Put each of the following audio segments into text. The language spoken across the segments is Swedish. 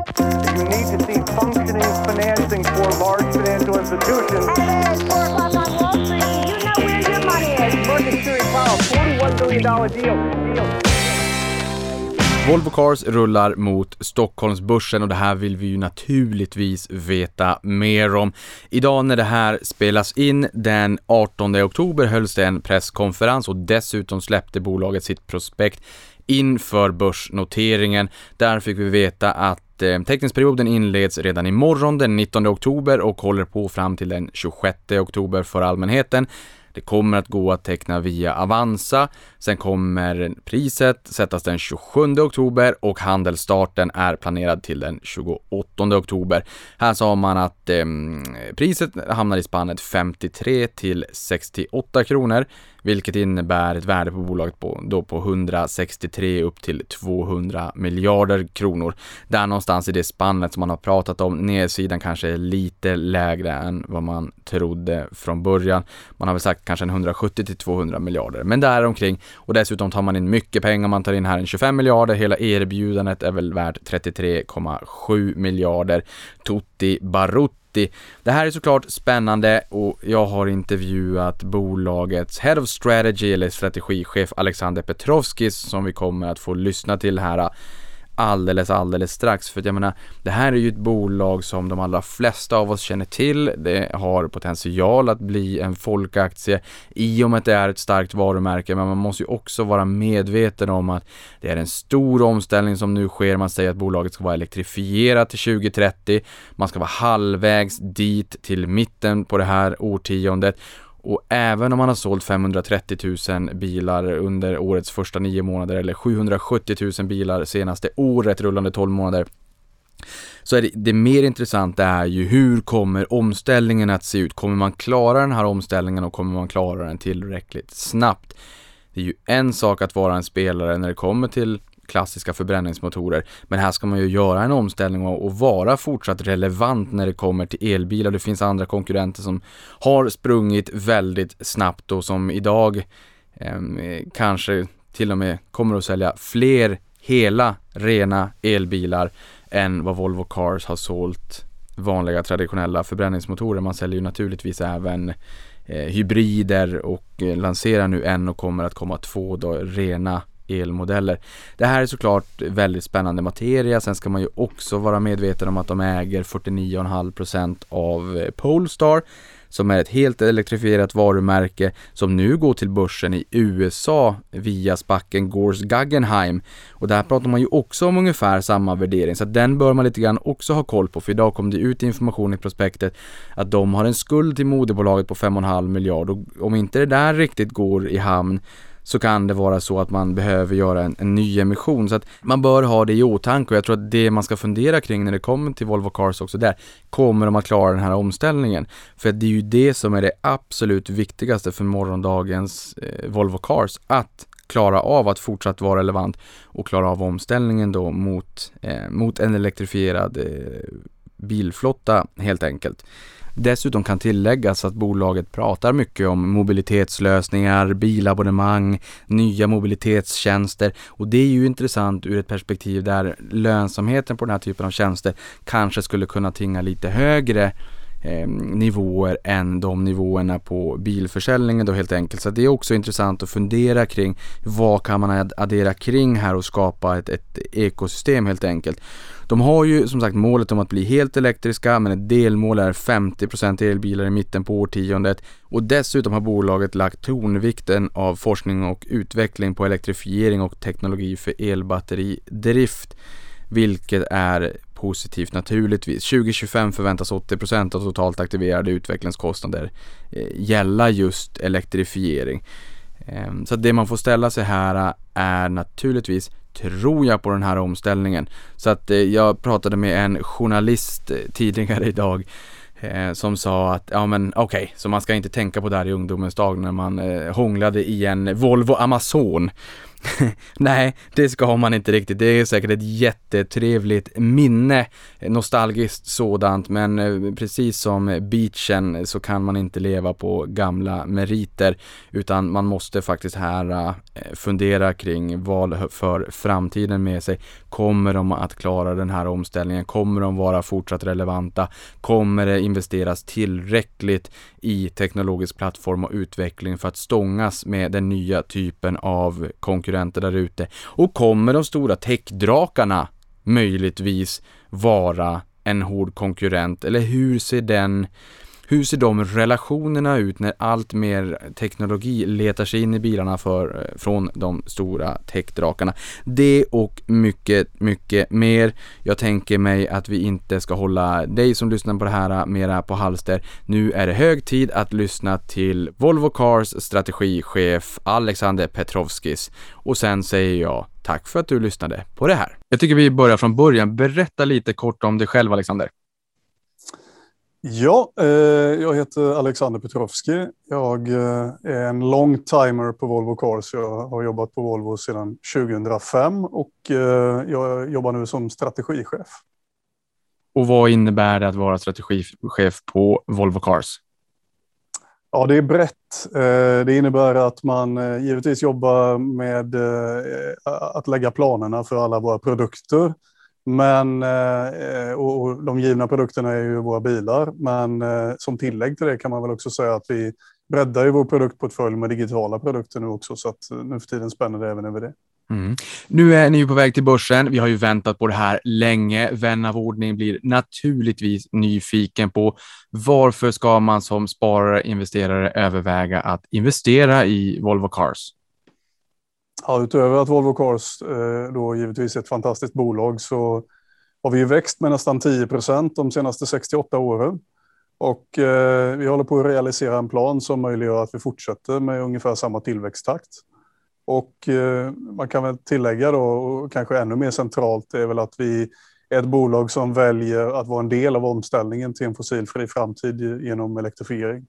You need to see functioning financing for large financial institutions. It's 4 o'clock on Wall Street. You know where your money is. Mercury Power, $41 billion deal. Volvo Cars rullar mot Stockholmsbörsen och det här vill vi ju naturligtvis veta mer om. Idag när det här spelas in den 18 oktober hölls det en presskonferens och dessutom släppte bolaget sitt prospekt inför börsnoteringen. Där fick vi veta att teckningsperioden inleds redan imorgon den 19 oktober och håller på fram till den 26 oktober för allmänheten. Det kommer att gå att teckna via Avanza. Sen kommer priset sättas den 27 oktober och handelsstarten är planerad till den 28 oktober. Här sa man att priset hamnar i spannet 53 till 68 kronor. Vilket innebär ett värde på bolaget på 163 upp till 200 miljarder kronor. Där någonstans i det spannet som man har pratat om. Nedsidan kanske är lite lägre än vad man trodde från början. Man har väl sagt kanske en 170 till 200 miljarder. Men där omkring. Och dessutom tar man in mycket pengar. Man tar in här en 25 miljarder. Hela erbjudandet är väl värt 33,7 miljarder. Tutti Barutti. Det här är såklart spännande och jag har intervjuat bolagets Head of Strategy eller strategichef Alexander Petrovskis som vi kommer att få lyssna till här alldeles strax. För jag menar, det här är ju ett bolag som de allra flesta av oss känner till. Det har potential att bli en folkaktie i och med att det är ett starkt varumärke. Men man måste ju också vara medveten om att det är en stor omställning som nu sker. Man säger att bolaget ska vara elektrifierat till 2030. Man ska vara halvvägs dit till mitten på det här årtiondet. Och även om man har sålt 530 000 bilar under årets första 9 månader eller 770 000 bilar senaste året rullande 12 månader så är det mer intressant är ju hur kommer omställningen att se ut? Kommer man klara den här omställningen och kommer man klara den tillräckligt snabbt? Det är ju en sak att vara en spelare när det kommer till klassiska förbränningsmotorer. Men här ska man ju göra en omställning och vara fortsatt relevant när det kommer till elbilar. Det finns andra konkurrenter som har sprungit väldigt snabbt och som idag kanske till och med kommer att sälja fler hela rena elbilar än vad Volvo Cars har sålt vanliga traditionella förbränningsmotorer. Man säljer ju naturligtvis även hybrider och lanserar nu en och kommer att komma 2 rena elmodeller. Det här är såklart väldigt spännande materia. Sen ska man ju också vara medveten om att de äger 49,5% av Polestar som är ett helt elektrifierat varumärke som nu går till börsen i USA via spacken Gors Guggenheim. Och där pratar man ju också om ungefär samma värdering. Så att den bör man lite grann också ha koll på. För idag kom det ut information i prospektet att de har en skuld till moderbolaget på 5,5 miljard. Och om inte det där riktigt går i hamn så kan det vara så att man behöver göra en ny emission. Så att man bör ha det i åtanke och jag tror att det man ska fundera kring när det kommer till Volvo Cars också där, kommer de att klara den här omställningen? För det är ju det som är det absolut viktigaste för morgondagens Volvo Cars, att klara av att fortsatt vara relevant och klara av omställningen då mot en elektrifierad bilflotta helt enkelt. Dessutom kan tilläggas att bolaget pratar mycket om mobilitetslösningar, bilabonnemang, nya mobilitetstjänster och det är ju intressant ur ett perspektiv där lönsamheten på den här typen av tjänster kanske skulle kunna tinga lite högre nivåer än de nivåerna på bilförsäljningen då helt enkelt. Så det är också intressant att fundera kring vad kan man addera kring här och skapa ett ekosystem helt enkelt. De har ju som sagt målet om att bli helt elektriska, men ett delmål är 50% elbilar i mitten på årtiondet och dessutom har bolaget lagt tonvikten av forskning och utveckling på elektrifiering och teknologi för elbatteridrift, vilket är positivt naturligtvis. 2025 förväntas 80% av totalt aktiverade utvecklingskostnader gälla just elektrifiering. Så det man får ställa sig här är naturligtvis, tror jag på den här omställningen? Så att jag pratade med en journalist tidigare idag som sa att ja men okej, så man ska inte tänka på det här i ungdomens dag när man hånglade i en Volvo Amazon. Nej, det ska man inte riktigt. Det är säkert ett jättetrevligt minne, nostalgiskt sådant, men precis som beachen så kan man inte leva på gamla meriter, utan man måste faktiskt här fundera kring vad för framtiden med sig. Kommer de att klara den här omställningen? Kommer de vara fortsatt relevanta? Kommer det investeras tillräckligt i teknologisk plattform och utveckling för att stångas med den nya typen av konkurrenter där ute? Och kommer de stora techdrakarna möjligtvis vara en hård konkurrent? Eller hur ser de relationerna ut när allt mer teknologi letar sig in i bilarna från de stora techdrakarna? Det och mycket, mycket mer. Jag tänker mig att vi inte ska hålla dig som lyssnar på det här mera på halster. Nu är det hög tid att lyssna till Volvo Cars strategichef Alexander Petrovskis. Och sen säger jag tack för att du lyssnade på det här. Jag tycker vi börjar från början. Berätta lite kort om dig själv, Alexander. Ja, jag heter Alexander Petrovski. Jag är en long timer på Volvo Cars. Jag har jobbat på Volvo sedan 2005 och jag jobbar nu som strategichef. Och vad innebär det att vara strategichef på Volvo Cars? Ja, det är brett. Det innebär att man givetvis jobbar med att lägga planerna för alla våra produkter. Men, och de givna produkterna är ju våra bilar, men som tillägg till det kan man väl också säga att vi breddar ju vår produktportfölj med digitala produkter nu också, så att nu för tiden spänner det även över det. Mm. Nu är ni ju på väg till börsen. Vi har ju väntat på det här länge. Vän av ordning blir naturligtvis nyfiken på varför ska man som sparare, investerare överväga att investera i Volvo Cars? Ja, utöver att Volvo Cars då givetvis är ett fantastiskt bolag, så har vi ju växt med nästan 10% de senaste 68 åren. Och vi håller på att realisera en plan som möjliggör att vi fortsätter med ungefär samma tillväxttakt. Och man kan väl tillägga då, och kanske ännu mer centralt, är väl att vi är ett bolag som väljer att vara en del av omställningen till en fossilfri framtid genom elektrifiering.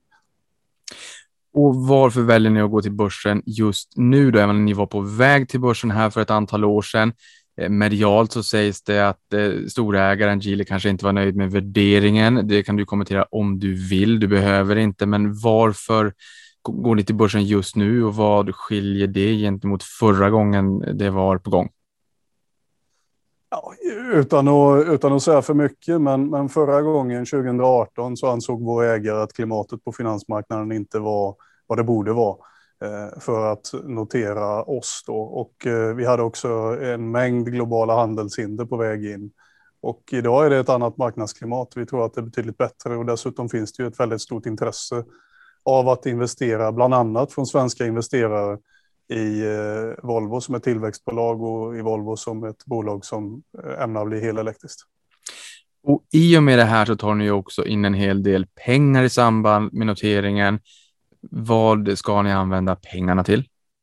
Och varför väljer ni att gå till börsen just nu då? Även ni var på väg till börsen här för ett antal år sedan. Medialt så sägs det att storägaren Geely kanske inte var nöjd med värderingen. Det kan du kommentera om du vill, du behöver inte. Men varför går ni till börsen just nu och vad skiljer det gentemot förra gången det var på gång? Ja, utan att säga för mycket, men förra gången 2018 så ansåg vår ägare att klimatet på finansmarknaden inte var vad det borde vara för att notera oss då. Och vi hade också en mängd globala handelshinder på väg in. Och idag är det ett annat marknadsklimat. Vi tror att det är betydligt bättre, och dessutom finns det ju ett väldigt stort intresse av att investera, bland annat från svenska investerare, i Volvo som ett tillväxtbolag och i Volvo som ett bolag som ämnar bli helelektriskt. Och i och med det här så tar ni också in en hel del pengar i samband med noteringen. Vad ska ni använda pengarna till?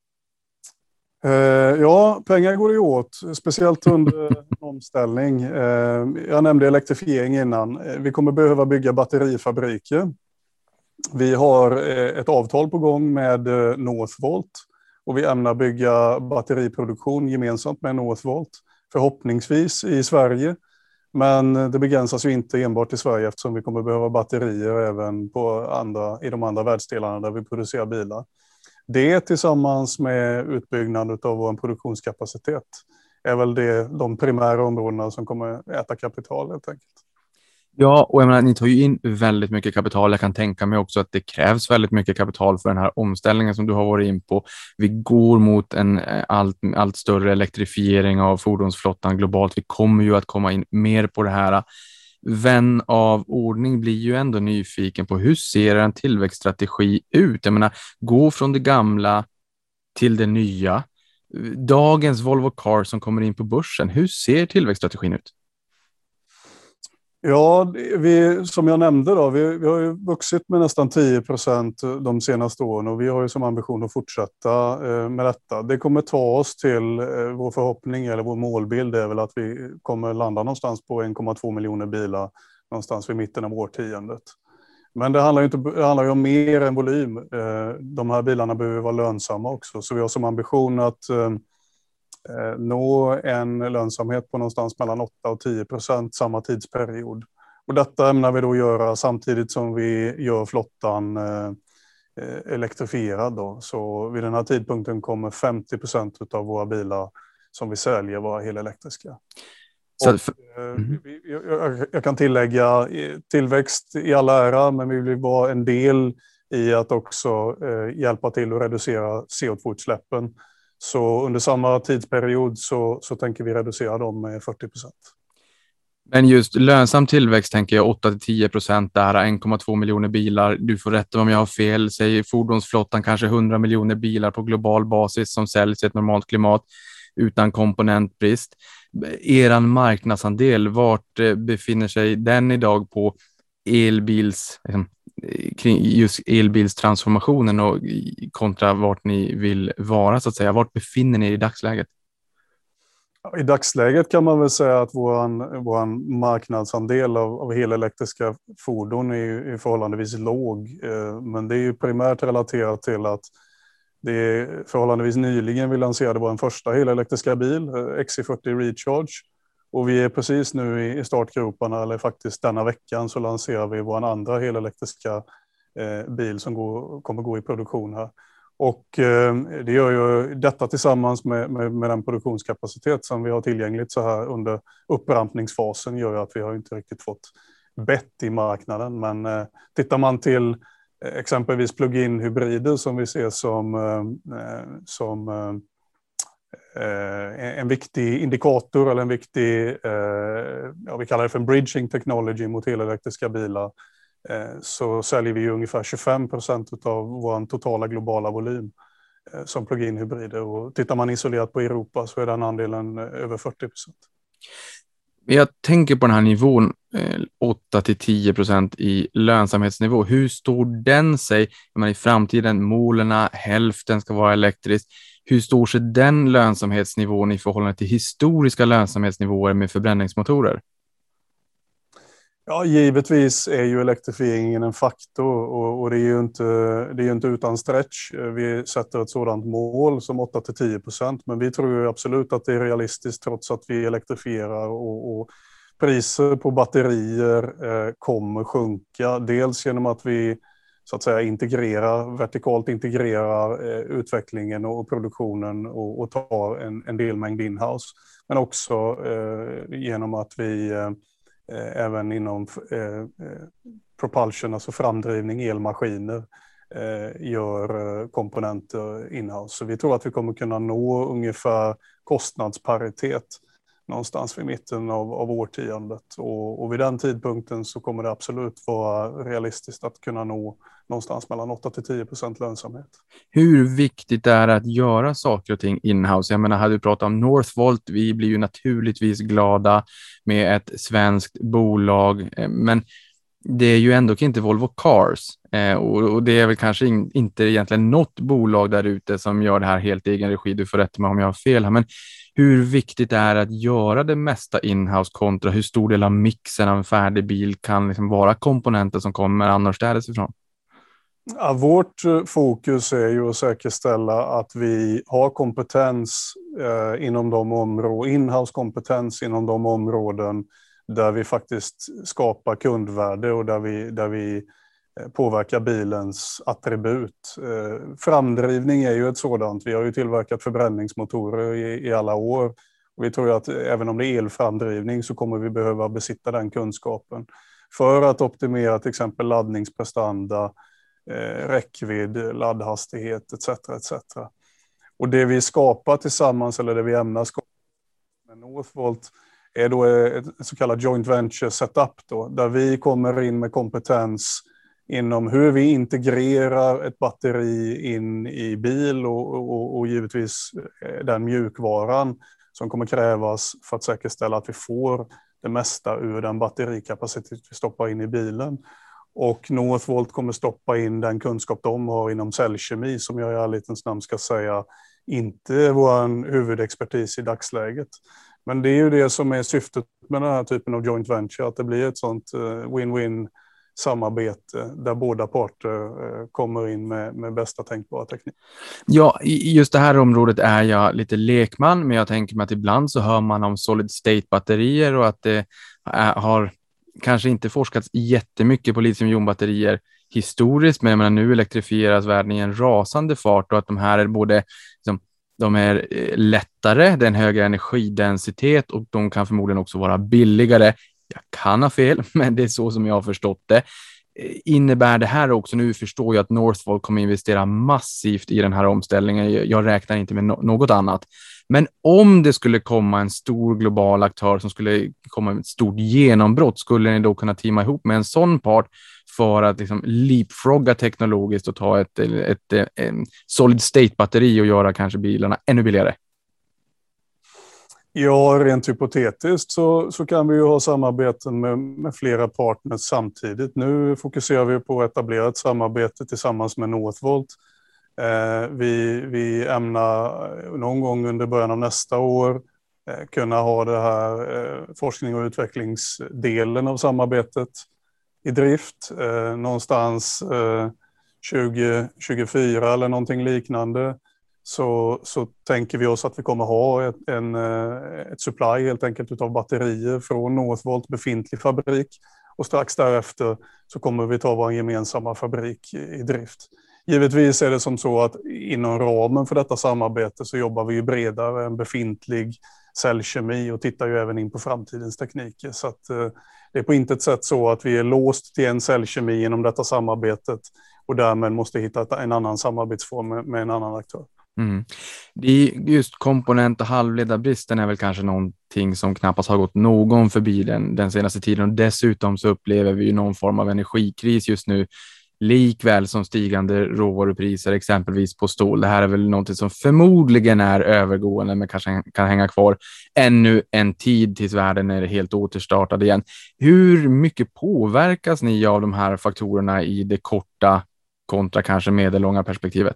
Ja, pengar går ju åt, speciellt under omställning. Jag nämnde elektrifiering innan. Vi kommer behöva bygga batterifabriker. Vi har ett avtal på gång med Northvolt. Och vi ämnar bygga batteriproduktion gemensamt med Northvolt, förhoppningsvis i Sverige. Men det begränsas ju inte enbart i Sverige, eftersom vi kommer behöva batterier även i de andra världsdelarna där vi producerar bilar. Det tillsammans med utbyggnad av vår produktionskapacitet är väl de primära områdena som kommer äta kapital helt enkelt. Ja, och jag menar, ni tar ju in väldigt mycket kapital. Jag kan tänka mig också att det krävs väldigt mycket kapital för den här omställningen som du har varit in på. Vi går mot en allt större elektrifiering av fordonsflottan globalt. Vi kommer ju att komma in mer på det här. Vän av ordning blir ju ändå nyfiken på hur ser en tillväxtstrategi ut? Jag menar, gå från det gamla till det nya. Dagens Volvo Cars som kommer in på börsen, hur ser tillväxtstrategin ut? Ja, som jag nämnde då, vi har ju vuxit med nästan 10% de senaste åren, och vi har ju som ambition att fortsätta med detta. Det kommer ta oss till vår förhoppning, eller vår målbild är väl att vi kommer landa någonstans på 1,2 miljoner bilar någonstans vid mitten av årtiondet. Men det handlar ju om mer än volym. De här bilarna behöver vara lönsamma också, så vi har som ambition att nå en lönsamhet på någonstans mellan 8 och 10% samma tidsperiod. Och detta ämnar vi då göra samtidigt som vi gör flottan elektrifierad då. Så vid den här tidpunkten kommer 50% av våra bilar som vi säljer vara helelektriska. Jag kan tillägga tillväxt i alla ära, men vi vill vara en del i att också hjälpa till att reducera CO2-utsläppen. Så under samma tidsperiod så tänker vi reducera dem med 40%. Men just lönsam tillväxt tänker jag 8-10% där, 1,2 miljoner bilar. Du får rätta om jag har fel. Säg fordonsflottan kanske 100 miljoner bilar på global basis som säljs i ett normalt klimat utan komponentbrist. Eran marknadsandel, vart befinner sig den idag på kring just elbilstransformationen och kontra vart ni vill vara så att säga? Vart befinner ni i dagsläget? I dagsläget kan man väl säga att vår marknadsandel av helelektriska fordon är förhållandevis låg. Men det är ju primärt relaterat till att det är förhållandevis nyligen vi lanserade vår första helelektriska bil, XC40 Recharge. Och vi är precis nu i startgroparna, eller faktiskt denna veckan så lanserar vi vår andra helelektriska bil som kommer gå i produktion här. Och det gör ju detta tillsammans med den produktionskapacitet som vi har tillgängligt så här under upprampningsfasen gör ju att vi har inte riktigt fått bett i marknaden. Men tittar man till exempelvis plug-in hybrider som vi ser som en viktig indikator eller en viktig, vi kallar det för en bridging technology mot helelektriska bilar, så säljer vi ungefär 25% av vår totala globala volym som plug-in hybrider. Och tittar man isolerat på Europa så är den andelen över 40%. Jag tänker på den här nivån, 8-10% i lönsamhetsnivå. Hur står den sig i framtiden? Målen, hälften ska vara elektriskt. Hur står sig den lönsamhetsnivån i förhållande till historiska lönsamhetsnivåer med förbränningsmotorer? Ja, givetvis är ju elektrifieringen en faktor och det är ju inte utan stretch. Vi sätter ett sådant mål som 8-10%, men vi tror ju absolut att det är realistiskt trots att vi elektrifierar och priser på batterier kommer sjunka. Dels genom att vi så att säga vertikalt integrerar utvecklingen och produktionen och tar en delmängd inhouse. Men också genom att vi även inom propulsion, alltså framdrivning, elmaskiner, gör komponenter inhouse. Så vi tror att vi kommer kunna nå ungefär kostnadsparitet någonstans vid mitten av årtiondet. Och vid den tidpunkten så kommer det absolut vara realistiskt att kunna nå någonstans mellan 8-10% lönsamhet. Hur viktigt är det att göra saker och ting inhouse? Jag menar, hade du pratat om Northvolt, vi blir ju naturligtvis glada med ett svenskt bolag, men det är ju ändå inte Volvo Cars och det är väl kanske inte egentligen något bolag där ute som gör det här helt i egen regi. Du får rätta mig om jag har fel här, men hur viktigt är det att göra det mesta inhouse kontra hur stor del av mixen av en färdig bil kan liksom vara komponenter som kommer annorstädes ifrån? Ja, vårt fokus är ju att säkerställa att vi har kompetens inom de områden, inhouse-kompetens inom de områden där vi faktiskt skapar kundvärde och där vi påverkar bilens attribut. Framdrivning är ju ett sådant. Vi har ju tillverkat förbränningsmotorer i alla år. Och vi tror att även om det är elframdrivning så kommer vi behöva besitta den kunskapen för att optimera till exempel laddningsprestanda, räckvidd, laddhastighet etc. etc. Och det vi skapar tillsammans, eller det vi ämnar skapa med Northvolt, är då ett så kallat joint venture setup då, där vi kommer in med kompetens inom hur vi integrerar ett batteri in i bil och givetvis den mjukvaran som kommer krävas för att säkerställa att vi får det mesta ur den batterikapacitet vi stoppar in i bilen. Och Northvolt kommer stoppa in den kunskap de har inom cellkemi, som jag i ärlighetens namn ska säga inte är vår huvudexpertis i dagsläget. Men det är ju det som är syftet med den här typen av joint venture, att det blir ett sånt win-win samarbete där båda parter kommer in med bästa tänkbara teknik. Ja, i just det här området är jag lite lekman, men jag tänker mig att ibland så hör man om solid state-batterier och att det har kanske inte forskats jättemycket på litium-ionbatterier historiskt, men jag menar, nu elektrifieras världen i en rasande fart och att de här är både liksom, de är lättare, det är en högre energidensitet och de kan förmodligen också vara billigare. Jag kan ha fel, men det är så som jag har förstått det. Innebär det här också, nu förstår jag att Northvolt kommer investera massivt i den här omställningen, jag räknar inte med något annat. Men om det skulle komma en stor global aktör som skulle komma med ett stort genombrott, skulle ni då kunna teama ihop med en sån part för att liksom leapfrogga teknologiskt och ta ett solid state-batteri och göra kanske bilarna ännu billigare? Ja, rent hypotetiskt så kan vi ju ha samarbeten med flera partners samtidigt. Nu fokuserar vi på att etablera ett samarbete tillsammans med Northvolt. Vi ämnar någon gång under början av nästa år kunna ha det här forskning- och utvecklingsdelen av samarbetet i drift. Någonstans 2024 eller någonting liknande. Så tänker vi oss att vi kommer ha ett supply helt enkelt utav batterier från Northvolt befintlig fabrik. Och strax därefter så kommer vi ta vår gemensamma fabrik i drift. Givetvis är det som så att inom ramen för detta samarbete så jobbar vi ju bredare än befintlig cellkemi och tittar ju även in på framtidens tekniker. Så att det är på intet sätt så att vi är låst till en cellkemi inom detta samarbetet och därmed måste hitta en annan samarbetsform med en annan aktör. Mm. Det är just komponent- och halvledarbristen är väl kanske någonting som knappast har gått någon förbi den senaste tiden, och dessutom så upplever vi ju någon form av energikris just nu, likväl som stigande råvarupriser exempelvis på stål. Det här är väl någonting som förmodligen är övergående men kanske kan hänga kvar ännu en tid tills världen är helt återstartad igen. Hur mycket påverkas ni av de här faktorerna i det korta kontra kanske medellånga perspektivet?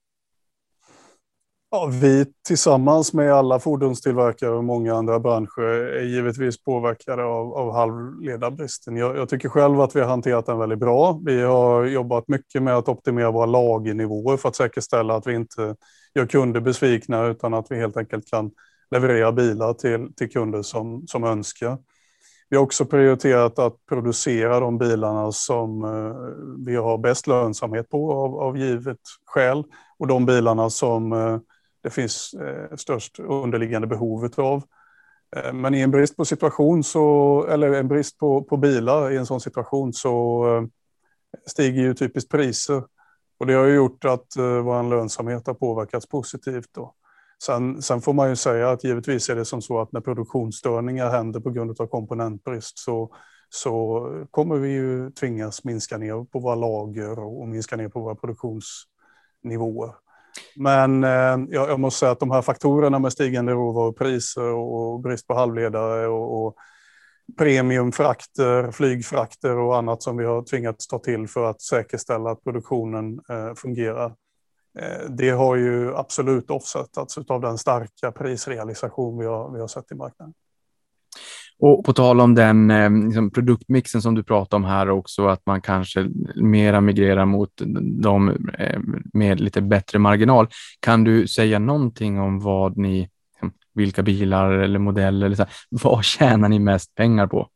Ja, vi tillsammans med alla fordonstillverkare och många andra branscher är givetvis påverkade av halvledarbristen. Jag tycker själv att vi har hanterat den väldigt bra. Vi har jobbat mycket med att optimera våra lagernivåer för att säkerställa att vi inte gör kunder besvikna utan att vi helt enkelt kan leverera bilar till kunder som önskar. Vi har också prioriterat att producera de bilarna som vi har bäst lönsamhet på av givet skäl och de bilarna som det finns störst underliggande behovet av. Men i en brist på situation eller en brist på bilar i en sån situation så stiger ju typiskt priser. Och det har ju gjort att vår lönsamhet har påverkats positivt då. Sen får man ju säga att givetvis är det som så att när produktionsstörningar händer på grund av komponentbrist så kommer vi ju tvingas minska ner på våra lager och minska ner på våra produktionsnivåer. Men jag måste säga att de här faktorerna med stigande råvarupriser och brist på halvledare och premiumfrakter, flygfrakter och annat som vi har tvingats ta till för att säkerställa att produktionen fungerar. Det har ju absolut offsettats av den starka prisrealisation vi har sett i marknaden. Och på tal om den liksom produktmixen som du pratar om här också, att man kanske mera migrerar mot de med lite bättre marginal. Kan du säga någonting om vad ni, vilka bilar eller modeller, eller så här, vad tjänar ni mest pengar på?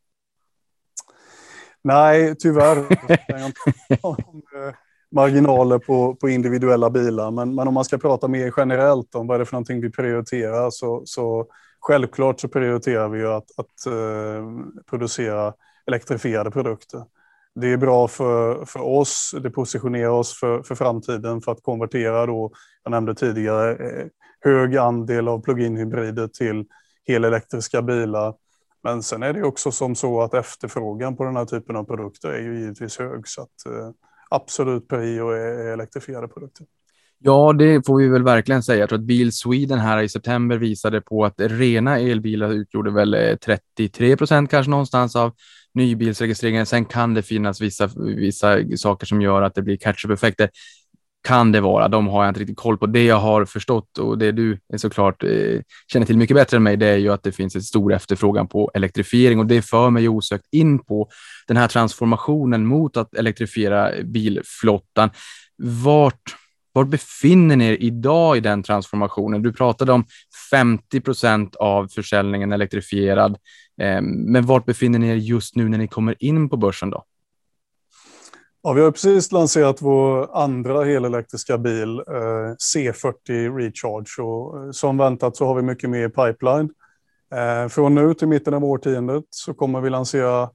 Nej, tyvärr. Marginaler på individuella bilar. Men om man ska prata mer generellt om vad är det för någonting vi prioriterar så självklart så prioriterar vi ju att producera elektrifierade produkter. Det är bra för oss, det positionerar oss för framtiden för att konvertera då, jag nämnde tidigare, hög andel av plug-in-hybrider till helelektriska bilar. Men sen är det också som så att efterfrågan på den här typen av produkter är ju givetvis hög, så att absolut prio är elektrifierade produkter. Ja, det får vi väl verkligen säga. Jag tror att Bil Sweden här i september visade på att rena elbilar utgjorde väl 33% kanske någonstans av nybilsregistreringen. Sen kan det finnas vissa saker som gör att det blir catch-up-effekter. kan det vara? De har jag inte riktigt koll på. Det jag har förstått och det du är såklart känner till mycket bättre än mig, det är ju att det finns en stor efterfrågan på elektrifiering och det för mig osökt in på den här transformationen mot att elektrifiera bilflottan. Var befinner ni er idag i den transformationen? Du pratade om 50% av försäljningen elektrifierad, men vart befinner ni er just nu när ni kommer in på börsen då? Ja, vi har precis lanserat vår andra helelektriska bil, C40 Recharge. Och som väntat så har vi mycket mer i pipeline. Från nu till mitten av årtiondet så kommer vi lansera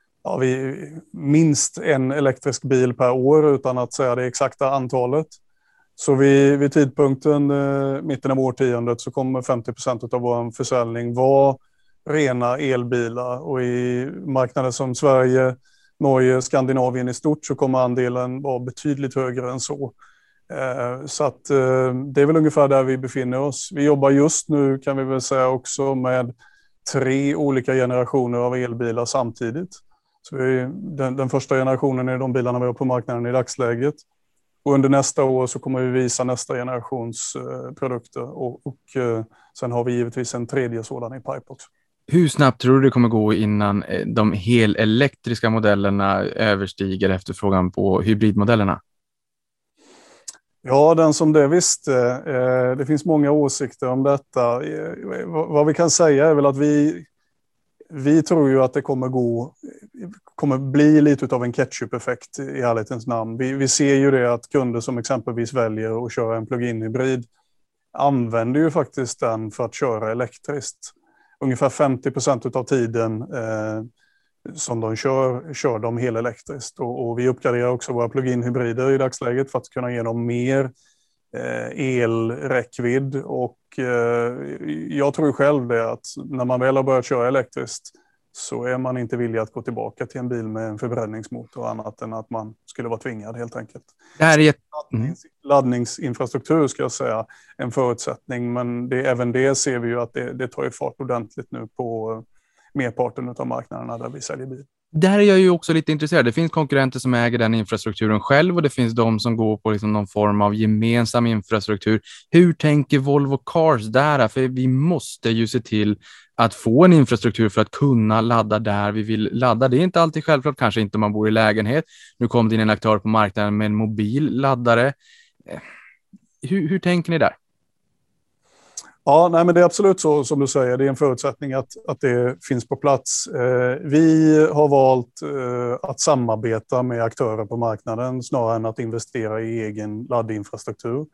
minst en elektrisk bil per år utan att säga det exakta antalet. Så vid tidpunkten mitten av årtiondet så kommer 50% av vår försäljning vara rena elbilar. Och i marknader som Sverige, Norge, Skandinavien i stort så kommer andelen vara betydligt högre än så. Så att det är väl ungefär där vi befinner oss. Vi jobbar just nu kan vi väl säga också med 3 olika generationer av elbilar samtidigt. Så den första generationen är de bilarna vi har på marknaden i dagsläget. Och under nästa år så kommer vi visa nästa generations produkter och sen har vi givetvis en tredje sådan i pipe också. Hur snabbt tror du det kommer gå innan de helelektriska modellerna överstiger efterfrågan på hybridmodellerna? Ja, den som det visste. Det finns många åsikter om detta. Vad vi kan säga är väl att vi tror ju att det kommer bli lite av en ketchup-effekt i ärlighetens namn. Vi ser ju det att kunder som exempelvis väljer att köra en plug-in hybrid använder ju faktiskt den för att köra elektriskt. Ungefär 50% av tiden som de kör de helelektriskt. Och vi uppgraderar också våra plug-in hybrider i dagsläget för att kunna ge dem mer elräckvidd. Och jag tror själv det att när man väl har börjat köra elektriskt så är man inte villig att gå tillbaka till en bil med en förbränningsmotor annat än att man skulle vara tvingad helt enkelt. Det här är laddningsinfrastruktur ska jag säga en förutsättning, men även det ser vi ju att det tar ju fart ordentligt nu på merparten av marknaderna där vi säljer bil. Där är jag ju också lite intresserad. Det finns konkurrenter som äger den infrastrukturen själv och det finns de som går på liksom någon form av gemensam infrastruktur. Hur tänker Volvo Cars där? För vi måste ju se till att få en infrastruktur för att kunna ladda där vi vill ladda. Det är inte alltid självklart, kanske inte om man bor i lägenhet. Nu kom det in en aktör på marknaden med en mobil laddare. Hur tänker ni där? Ja, nej, men det är absolut så som du säger. Det är en förutsättning att det finns på plats. Vi har valt att samarbeta med aktörer på marknaden snarare än att investera i egen laddinfrastruktur.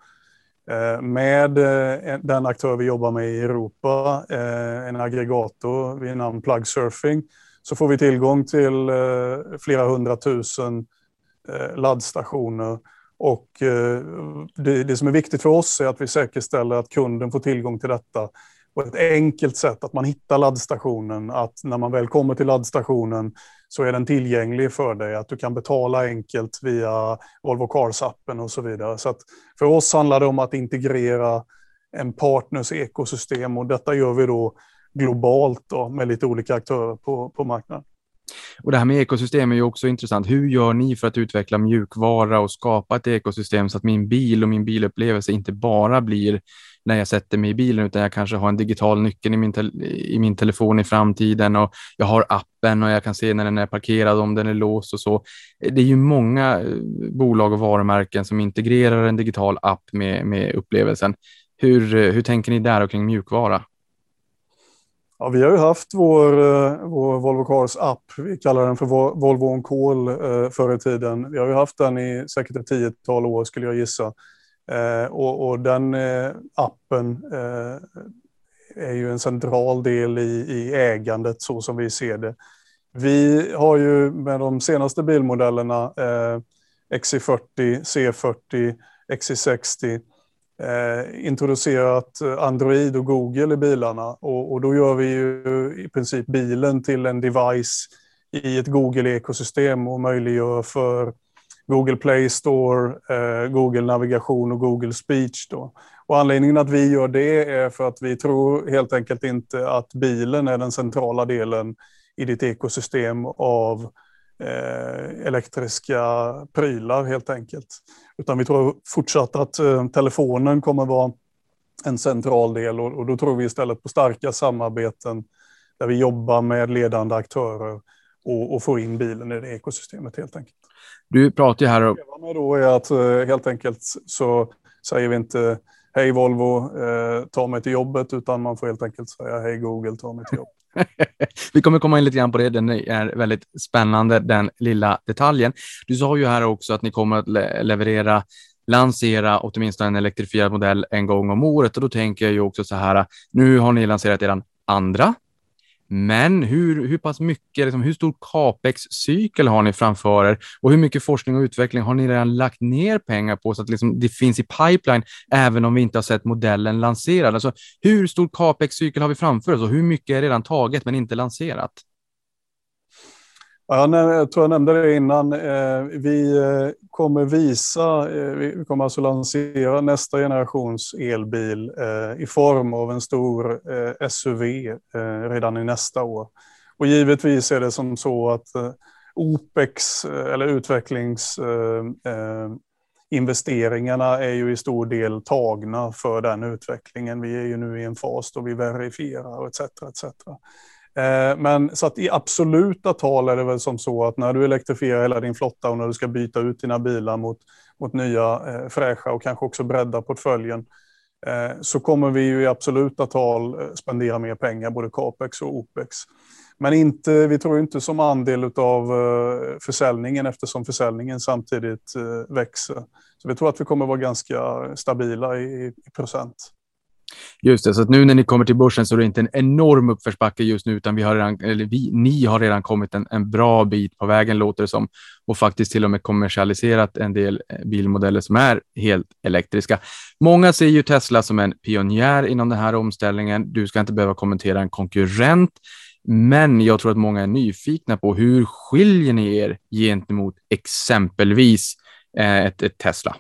Med den aktör vi jobbar med i Europa, en aggregator vid namn Plugsurfing, så får vi tillgång till flera 100 000 laddstationer. Och det som är viktigt för oss är att vi säkerställer att kunden får tillgång till detta på ett enkelt sätt, att man hittar laddstationen, att när man väl kommer till laddstationen så är den tillgänglig för dig, att du kan betala enkelt via Volvo Cars-appen och så vidare. Så att för oss handlar det om att integrera en partners ekosystem och detta gör vi då globalt då, med lite olika aktörer på marknaden. Och det här med ekosystem är ju också intressant. Hur gör ni för att utveckla mjukvara och skapa ett ekosystem så att min bil och min bilupplevelse inte bara blir när jag sätter mig i bilen, utan jag kanske har en digital nyckel i min telefon i framtiden och jag har appen och jag kan se när den är parkerad, om den är låst och så. Det är ju många bolag och varumärken som integrerar en digital app med upplevelsen. Hur tänker ni där och kring mjukvara? Ja, vi har ju haft vår Volvo Cars app, vi kallar den för Volvo On Call förr i tiden. Vi har ju haft den i säkert ett 10-tal år skulle jag gissa. Och den appen är ju en central del i ägandet så som vi ser det. Vi har ju med de senaste bilmodellerna XC40, C40, XC60 introducerat Android och Google i bilarna och då gör vi ju i princip bilen till en device i ett Google-ekosystem och möjliggör för Google Play Store, Google Navigation och Google Speech då. Och anledningen att vi gör det är för att vi tror helt enkelt inte att bilen är den centrala delen i ditt ekosystem av elektriska prylar helt enkelt. Utan vi tror fortsatt att telefonen kommer vara en central del, och då tror vi istället på starka samarbeten där vi jobbar med ledande aktörer och får in bilen i det ekosystemet helt enkelt. Du pratar ju här om... Det med då är att helt enkelt så säger vi inte hej Volvo, ta mig till jobbet, utan man får helt enkelt säga hej Google, ta mig till jobbet. Vi kommer komma in lite grann på det, den är väldigt spännande, den lilla detaljen. Du sa ju här också att ni kommer att lansera åtminstone en elektrifierad modell en gång om året, och då tänker jag ju också så här, nu har ni lanserat er andra, men hur pass mycket, liksom, hur stor capex-cykel har ni framför er, och hur mycket forskning och utveckling har ni redan lagt ner pengar på så att liksom det finns i pipeline även om vi inte har sett modellen lanserad? Alltså hur stor capex-cykel har vi framför oss och hur mycket är redan taget men inte lanserat? Ja, jag tror jag nämnde det innan. Vi kommer vi kommer alltså lansera nästa generations elbil i form av en stor SUV redan i nästa år. Och givetvis är det som så att OPEX eller utvecklingsinvesteringarna är ju i stor del tagna för den utvecklingen. Vi är ju nu i en fas då vi verifierar etc. etc. Men så att i absoluta tal är det väl som så att när du elektrifierar hela din flotta och när du ska byta ut dina bilar mot nya fräscha och kanske också bredda portföljen, så kommer vi ju i absoluta tal spendera mer pengar, både capex och opex. Men vi tror inte som andel av försäljningen, eftersom försäljningen samtidigt växer. Så vi tror att vi kommer vara ganska stabila i procent. Just det, så att nu när ni kommer till börsen så är det inte en enorm uppförsbacke just nu, utan ni har redan kommit en bra bit på vägen, låter det som, och faktiskt till och med kommersialiserat en del bilmodeller som är helt elektriska. Många ser ju Tesla som en pionjär inom den här omställningen. Du ska inte behöva kommentera en konkurrent, men jag tror att många är nyfikna på hur skiljer ni er gentemot exempelvis ett Tesla?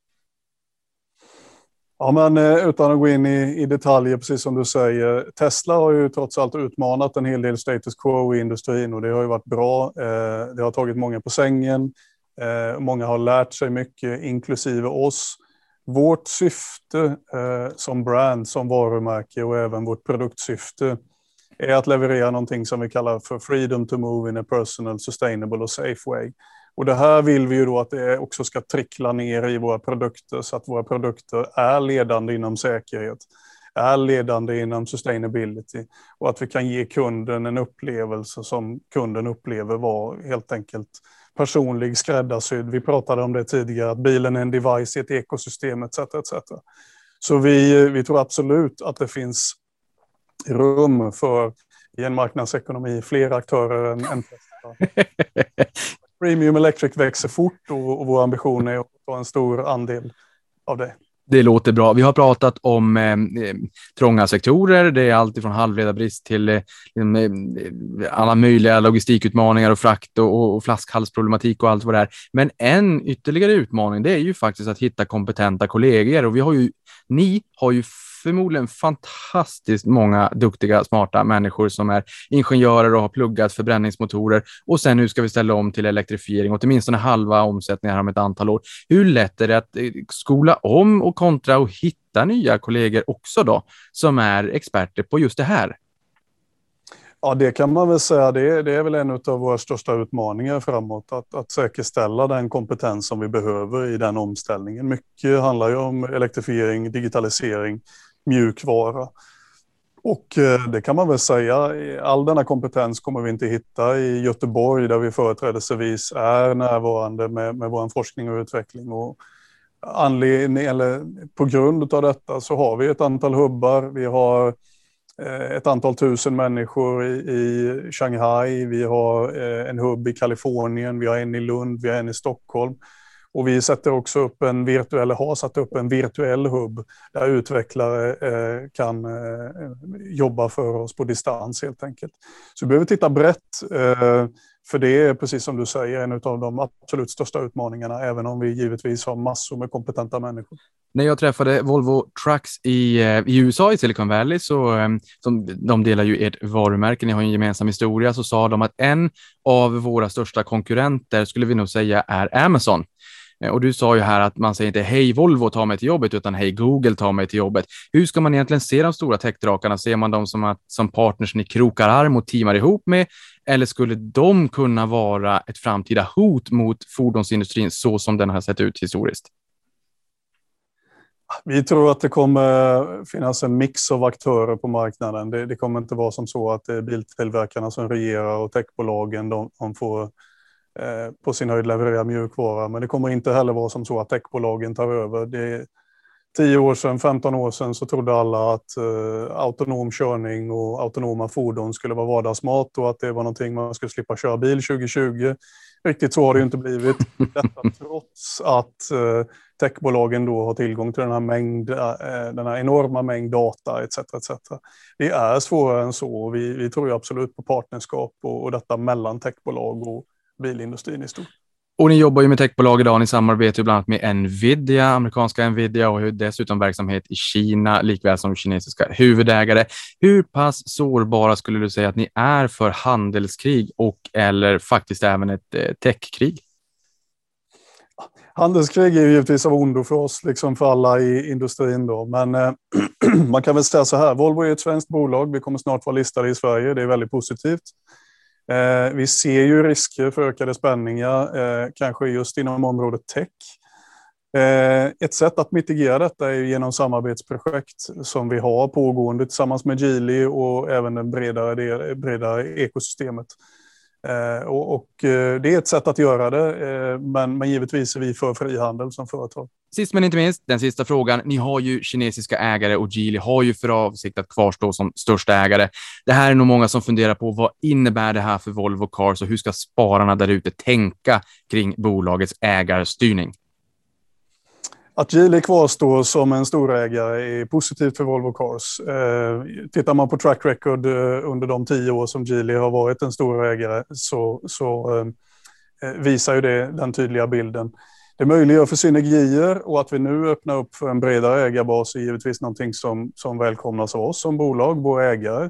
Ja, men utan att gå in i detaljer, precis som du säger, Tesla har ju trots allt utmanat en hel del status quo i industrin, och det har ju varit bra. Det har tagit många på sängen. Många har lärt sig mycket, inklusive oss. Vårt syfte som brand, som varumärke, och även vårt produktsyfte är att leverera någonting som vi kallar för freedom to move in a personal, sustainable och safe way. Och det här vill vi ju då att det också ska trickla ner i våra produkter, så att våra produkter är ledande inom säkerhet, är ledande inom sustainability, och att vi kan ge kunden en upplevelse som kunden upplever var helt enkelt personlig, skräddarsydd. Vi pratade om det tidigare, att bilen är en device i ett ekosystem etc. etc. Så vi tror absolut att det finns rum för, i en marknadsekonomi, fler aktörer än Tesla. Premium Electric växer fort, och vår ambition är att ta en stor andel av det. Det låter bra. Vi har pratat om trånga sektorer. Det är allt från halvledarbrist till alla möjliga logistikutmaningar och frakt och flaskhalsproblematik och allt vad det är. Men en ytterligare utmaning, det är ju faktiskt att hitta kompetenta kollegor. Och ni har ju förmodligen fantastiskt många duktiga, smarta människor som är ingenjörer och har pluggat förbränningsmotorer, och sen nu ska vi ställa om till elektrifiering, och åtminstone halva omsättningen här om ett antal år. Hur lätt är det att skola om och kontra och hitta nya kollegor också då, som är experter på just det här? Ja, det kan man väl säga. Det är väl en av våra största utmaningar framåt, att säkerställa den kompetens som vi behöver i den omställningen. Mycket handlar ju om elektrifiering, digitalisering, mjukvara. Och det kan man väl säga, all denna kompetens kommer vi inte hitta i Göteborg, där vi företrädesvis är närvarande med vår forskning och utveckling. Och på grund av detta så har vi ett antal hubbar. Vi har ett antal tusen människor i Shanghai, vi har en hubb i Kalifornien, vi har en i Lund, vi har en i Stockholm. Och vi sätter också upp har satt upp en virtuell hubb där utvecklare kan jobba för oss på distans helt enkelt. Så vi behöver titta brett. För det är precis som du säger en av de absolut största utmaningarna, även om vi givetvis har massor med kompetenta människor. När jag träffade Volvo Trucks i USA, i Silicon Valley, så de delar ju ert varumärke, ni har en gemensam historia, så sa de att en av våra största konkurrenter skulle vi nog säga är Amazon. Och du sa ju här att man säger inte hej Volvo, ta mig till jobbet, utan hej Google, ta mig till jobbet. Hur ska man egentligen se de stora techdrakarna? Ser man dem som partners ni krokar arm och teamar ihop med? Eller skulle de kunna vara ett framtida hot mot fordonsindustrin så som den har sett ut historiskt? Vi tror att det kommer finnas en mix av aktörer på marknaden. Det kommer inte vara som så att det är biltillverkarna som regerar och techbolagen de får på sin höjd leverera mjukvara. Men det kommer inte heller vara som så att techbolagen tar över. Det är 10 år sedan, 15 år sedan så trodde alla att autonom körning och autonoma fordon skulle vara vardagsmat och att det var någonting man skulle slippa köra bil 2020. Riktigt så har det ju inte blivit. Detta trots att techbolagen då har tillgång till den här enorma mängd data etc. etc. Det är svårare än så. Vi tror ju absolut på partnerskap och detta mellan techbolag och bilindustrin i stort. Och ni jobbar ju med techbolag idag, ni samarbetar ju bland annat med Nvidia, amerikanska Nvidia, och har dessutom verksamhet i Kina, likväl som kinesiska huvudägare. Hur pass sårbara skulle du säga att ni är för handelskrig och eller faktiskt även ett techkrig? Handelskrig är ju givetvis av ondo för oss, liksom för alla i industrin då. Men man kan väl säga så här, Volvo är ett svenskt bolag, vi kommer snart vara listade i Sverige, det är väldigt positivt. Vi ser ju risker för ökade spänningar, kanske just inom området tech. Ett sätt att mitigera detta är genom samarbetsprojekt som vi har pågående tillsammans med Geely och även det bredare ekosystemet. Det är ett sätt att göra det, men givetvis är vi för frihandel som företag. Sist men inte minst, den sista frågan. Ni har ju kinesiska ägare och Geely har ju för avsikt att kvarstå som största ägare. Det här är nog många som funderar på vad innebär det här för Volvo Cars och hur ska spararna där ute tänka kring bolagets ägarstyrning? Att Geely kvarstår som en storägare är positivt för Volvo Cars. Tittar man på track record under de 10 år som Geely har varit en storägare så visar ju det den tydliga bilden. Det möjliggör för synergier och att vi nu öppnar upp för en bredare ägarbas är givetvis någonting som välkomnas av oss som bolag, våra ägare.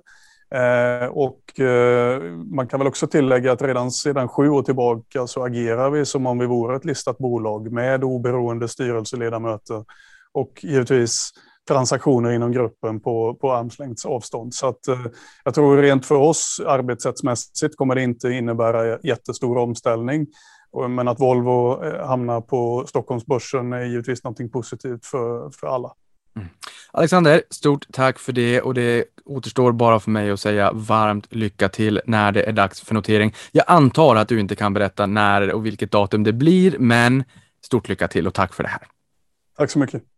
Man kan väl också tillägga att redan sedan 7 år tillbaka så agerar vi som om vi vore ett listat bolag med oberoende styrelseledamöter och givetvis transaktioner inom gruppen på armslängds avstånd. Så att jag tror rent för oss arbetssättsmässigt kommer det inte innebära jättestor omställning. Men att Volvo hamnar på Stockholmsbörsen är givetvis någonting positivt för alla. Alexander, stort tack för det, och det återstår bara för mig att säga varmt lycka till när det är dags för notering. Jag antar att du inte kan berätta när och vilket datum det blir, men stort lycka till och tack för det här. Tack så mycket.